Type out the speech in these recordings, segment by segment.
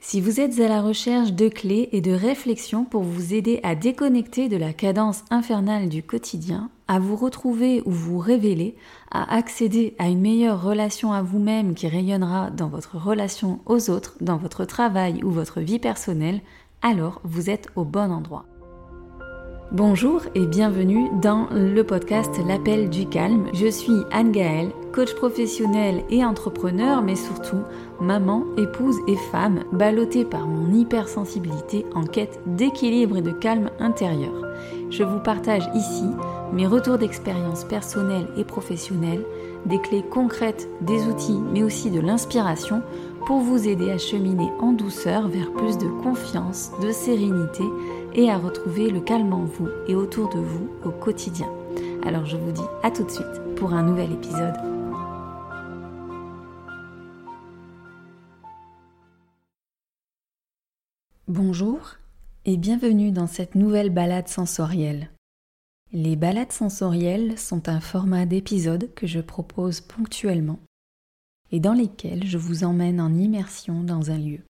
Si vous êtes à la recherche de clés et de réflexions pour vous aider à déconnecter de la cadence infernale du quotidien, à vous retrouver ou vous révéler, à accéder à une meilleure relation à vous-même qui rayonnera dans votre relation aux autres, dans votre travail ou votre vie personnelle, alors vous êtes au bon endroit. Bonjour et bienvenue dans le podcast L'Appel du Calme. Je suis Anne-Gaëlle, coach professionnel et entrepreneur, mais surtout maman, épouse et femme, ballottée par mon hypersensibilité en quête d'équilibre et de calme intérieur. Je vous partage ici mes retours d'expérience personnelle et professionnelle, des clés concrètes, des outils, mais aussi de l'inspiration pour vous aider à cheminer en douceur vers plus de confiance, de sérénité et à retrouver le calme en vous et autour de vous au quotidien. Alors je vous dis à tout de suite pour un nouvel épisode. Bonjour et bienvenue dans cette nouvelle balade sensorielle. Les balades sensorielles sont un format d'épisodes que je propose ponctuellement et dans lesquels je vous emmène en immersion dans un lieu.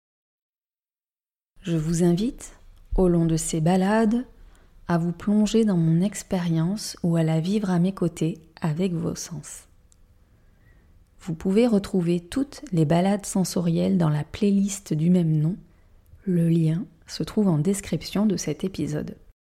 Je vous invite, au long de ces balades, à vous plonger dans mon expérience ou à la vivre à mes côtés avec vos sens. Vous pouvez retrouver toutes les balades sensorielles dans la playlist du même nom. Le lien se trouve en description de cet épisode.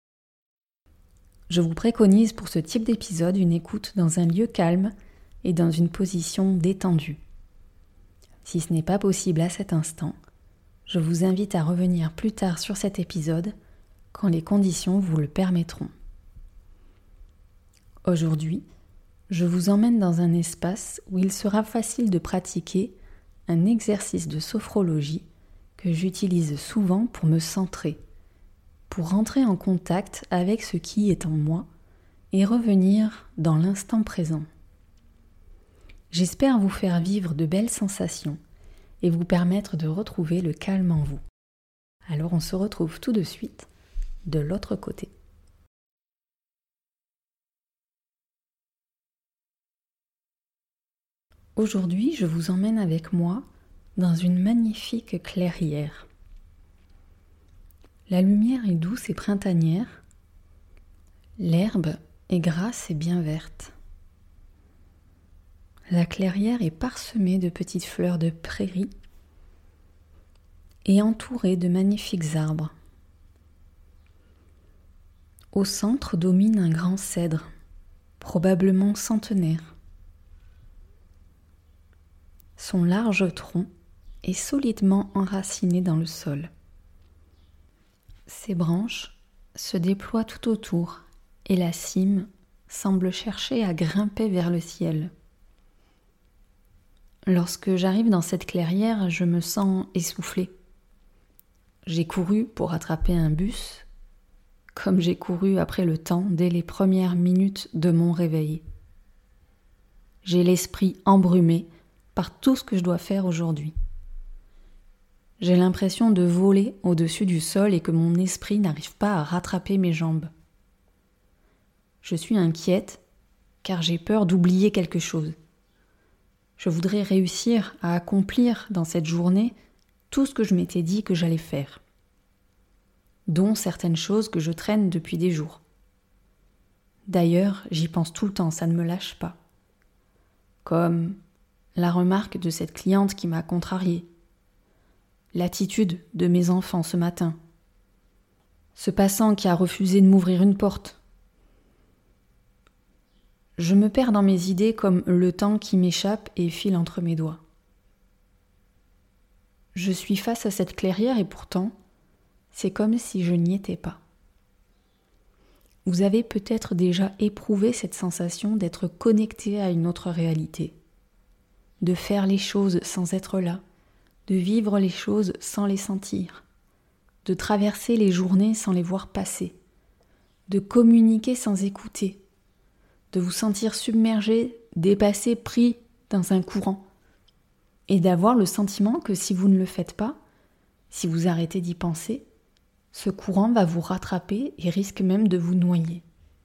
Je vous préconise pour ce type d'épisode une écoute dans un lieu calme et dans une position détendue. Si ce n'est pas possible à cet instant, je vous invite à revenir plus tard sur cet épisode quand les conditions vous le permettront. Aujourd'hui, je vous emmène dans un espace où il sera facile de pratiquer un exercice de sophrologie que j'utilise souvent pour me centrer, pour rentrer en contact avec ce qui est en moi et revenir dans l'instant présent. J'espère vous faire vivre de belles sensations et vous permettre de retrouver le calme en vous. Alors on se retrouve tout de suite de l'autre côté. Aujourd'hui, je vous emmène avec moi dans une magnifique clairière. La lumière est douce et printanière. L'herbe est grasse et bien verte. La clairière est parsemée de petites fleurs de prairie et entourée de magnifiques arbres. Au centre domine un grand cèdre, probablement centenaire. Son large tronc est solidement enraciné dans le sol. Ses branches se déploient tout autour et la cime semble chercher à grimper vers le ciel. Lorsque j'arrive dans cette clairière, je me sens essoufflée. J'ai couru pour attraper un bus, comme j'ai couru après le temps dès les premières minutes de mon réveil. J'ai l'esprit embrumé par tout ce que je dois faire aujourd'hui. J'ai l'impression de voler au-dessus du sol et que mon esprit n'arrive pas à rattraper mes jambes. Je suis inquiète car j'ai peur d'oublier quelque chose. Je voudrais réussir à accomplir dans cette journée tout ce que je m'étais dit que j'allais faire, dont certaines choses que je traîne depuis des jours. D'ailleurs, j'y pense tout le temps, ça ne me lâche pas. Comme la remarque de cette cliente qui m'a contrariée, l'attitude de mes enfants ce matin, ce passant qui a refusé de m'ouvrir une porte. Je me perds dans mes idées comme le temps qui m'échappe et file entre mes doigts. Je suis face à cette clairière et pourtant, c'est comme si je n'y étais pas. Vous avez peut-être déjà éprouvé cette sensation d'être connecté à une autre réalité, de faire les choses sans être là, de vivre les choses sans les sentir, de traverser les journées sans les voir passer, de communiquer sans écouter, de vous sentir submergé, dépassé, pris dans un courant, et d'avoir le sentiment que si vous ne le faites pas, si vous arrêtez d'y penser, ce courant va vous rattraper et risque même de vous noyer.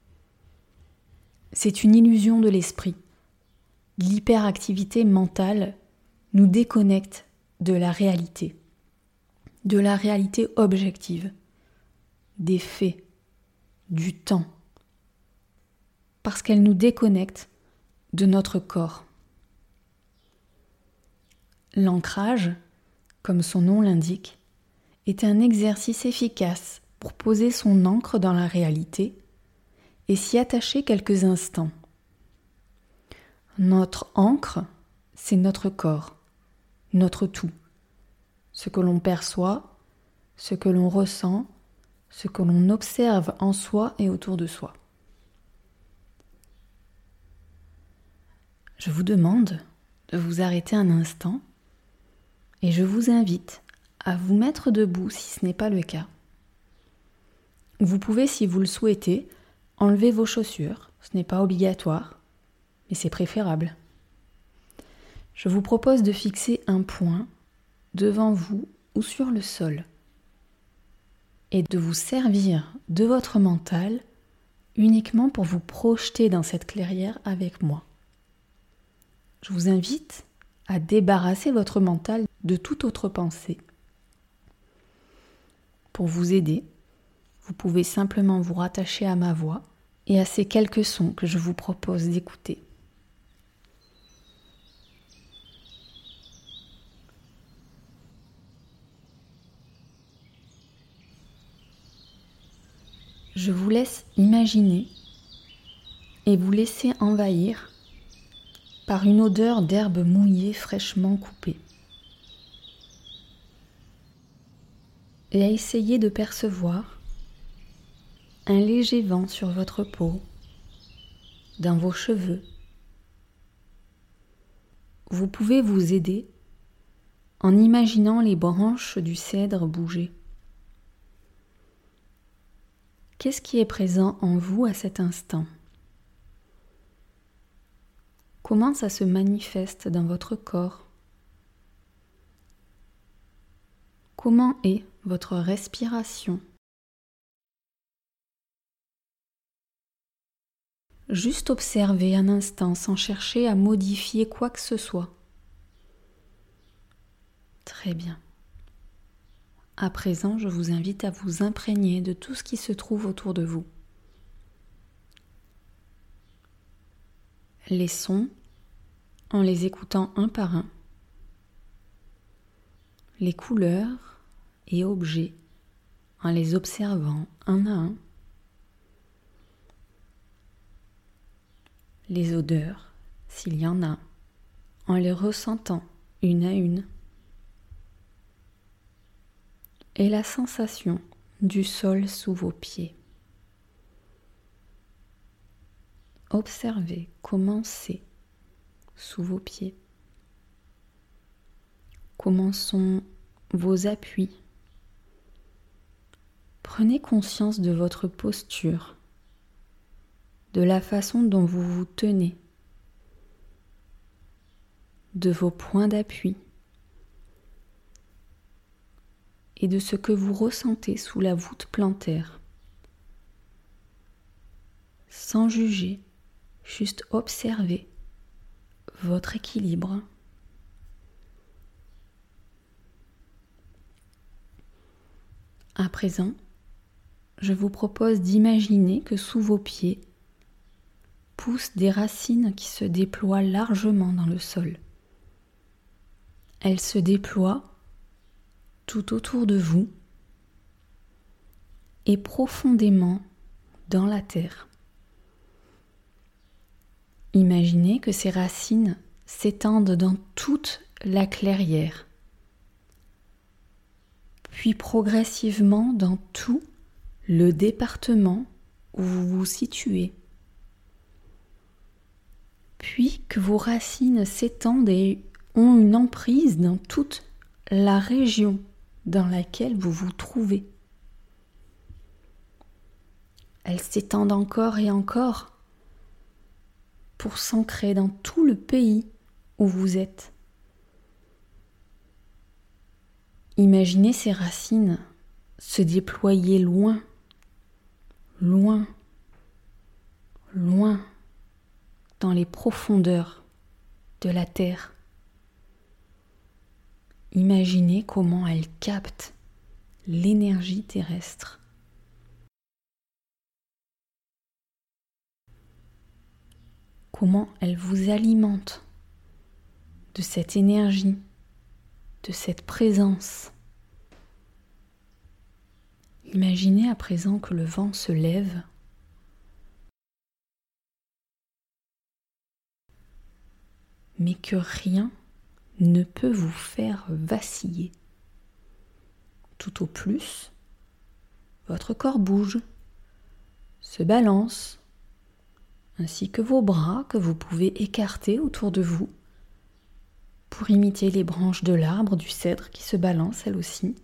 C'est une illusion de l'esprit. L'hyperactivité mentale nous déconnecte de la réalité. de la réalité objective, des faits, du temps, parce qu'elle nous déconnecte de notre corps. L'ancrage, comme son nom l'indique, est un exercice efficace pour poser son ancre dans la réalité et s'y attacher quelques instants. Notre ancre, c'est notre corps, notre tout, ce que l'on perçoit, ce que l'on ressent, ce que l'on observe en soi et autour de soi. Je vous demande de vous arrêter un instant et je vous invite à vous mettre debout si ce n'est pas le cas. Vous pouvez, si vous le souhaitez, enlever vos chaussures. Ce n'est pas obligatoire, mais c'est préférable. Je vous propose de fixer un point devant vous ou sur le sol et de vous servir de votre mental uniquement pour vous projeter dans cette clairière avec moi. Je vous invite à débarrasser votre mental de toute autre pensée. Pour vous aider, vous pouvez simplement vous rattacher à ma voix et à ces quelques sons que je vous propose d'écouter. Je vous laisse imaginer et vous laisser envahir par une odeur d'herbe mouillée fraîchement coupée. Et à essayer de percevoir un léger vent sur votre peau, dans vos cheveux. Vous pouvez vous aider en imaginant les branches du cèdre bouger. Qu'est-ce qui est présent en vous à cet instant ? Comment ça se manifeste dans votre corps ? Comment est votre respiration ? Juste observer un instant sans chercher à modifier quoi que ce soit. Très bien. À présent, je vous invite à vous imprégner de tout ce qui se trouve autour de vous. Les sons, en les écoutant un par un. Les couleurs et objets, en les observant un à un. Les odeurs, s'il y en a, en les ressentant une à une. Et la sensation du sol sous vos pieds. Observez comment c'est sous vos pieds. Comment sont vos appuis. Prenez conscience de votre posture, de la façon dont vous vous tenez, de vos points d'appui et de ce que vous ressentez sous la voûte plantaire. Sans juger, juste observer votre équilibre. À présent, je vous propose d'imaginer que sous vos pieds poussent des racines qui se déploient largement dans le sol. Elles se déploient tout autour de vous et profondément dans la terre. Imaginez que ces racines s'étendent dans toute la clairière, puis progressivement dans tout le département où vous vous situez. Puis que vos racines s'étendent et ont une emprise dans toute la région dans laquelle vous vous trouvez. Elles s'étendent encore et encore pour s'ancrer dans tout le pays où vous êtes. Imaginez ces racines se déployer loin, loin, loin dans les profondeurs de la terre. Imaginez comment elles captent l'énergie terrestre. Comment elle vous alimente de cette énergie, de cette présence. Imaginez à présent que le vent se lève mais que rien ne peut vous faire vaciller. Tout au plus, votre corps bouge, se balance, ainsi que vos bras que vous pouvez écarter autour de vous pour imiter les branches de l'arbre, du cèdre qui se balancent elles aussi.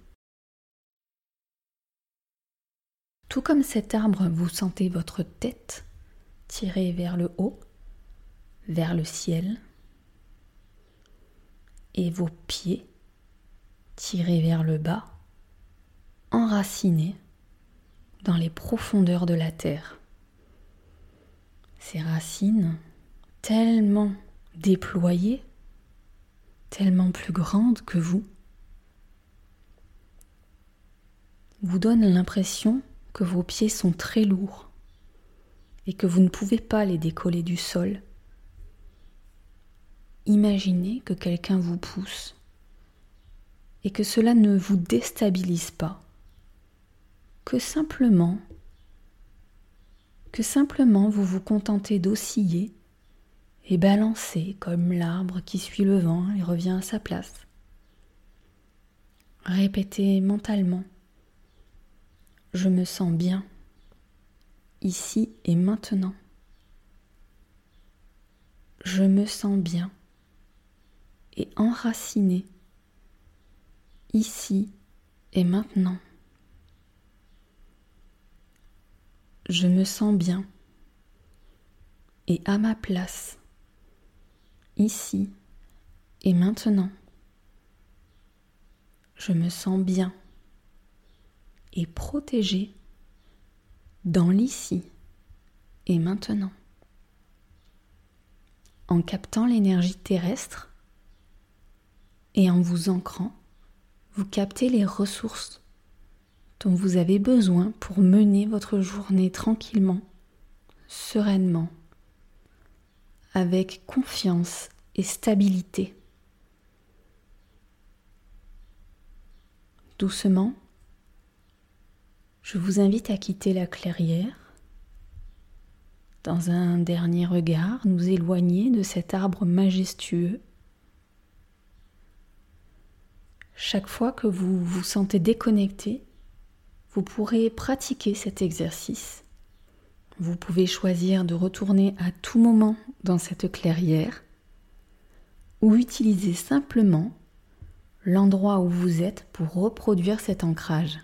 Tout comme cet arbre, vous sentez votre tête tirée vers le haut, vers le ciel, et vos pieds tirés vers le bas, enracinés dans les profondeurs de la terre. Ces racines, tellement déployées, tellement plus grandes que vous donnent l'impression que vos pieds sont très lourds et que vous ne pouvez pas les décoller du sol. Imaginez que quelqu'un vous pousse et que cela ne vous déstabilise pas, que simplement vous vous contentez d'osciller et balancer comme l'arbre qui suit le vent et revient à sa place. Répétez mentalement: je me sens bien, ici et maintenant. Je me sens bien et enraciné, ici et maintenant. Je me sens bien et à ma place, ici et maintenant. Je me sens bien et protégé dans l'ici et maintenant. En captant l'énergie terrestre et en vous ancrant, vous captez les ressources dont vous avez besoin pour mener votre journée tranquillement, sereinement, avec confiance et stabilité. Doucement, je vous invite à quitter la clairière. Dans un dernier regard, nous éloigner de cet arbre majestueux. Chaque fois que vous vous sentez déconnecté, vous pourrez pratiquer cet exercice. Vous pouvez choisir de retourner à tout moment dans cette clairière ou utiliser simplement l'endroit où vous êtes pour reproduire cet ancrage.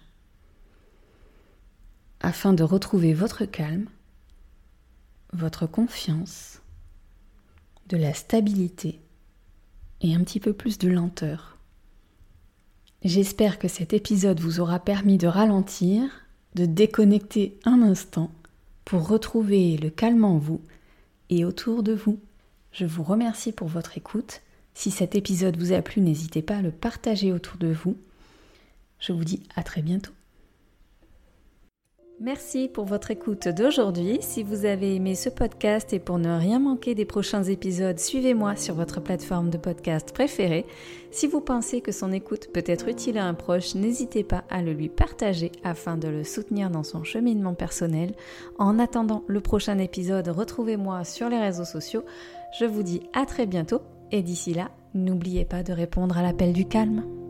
Afin de retrouver votre calme, votre confiance, de la stabilité et un petit peu plus de lenteur. J'espère que cet épisode vous aura permis de ralentir, de déconnecter un instant pour retrouver le calme en vous et autour de vous. Je vous remercie pour votre écoute. Si cet épisode vous a plu, n'hésitez pas à le partager autour de vous. Je vous dis à très bientôt. Merci pour votre écoute d'aujourd'hui. Si vous avez aimé ce podcast et pour ne rien manquer des prochains épisodes, suivez-moi sur votre plateforme de podcast préférée. Si vous pensez que son écoute peut être utile à un proche, n'hésitez pas à le lui partager afin de le soutenir dans son cheminement personnel. En attendant le prochain épisode, retrouvez-moi sur les réseaux sociaux. Je vous dis à très bientôt et d'ici là, n'oubliez pas de répondre à l'appel du calme.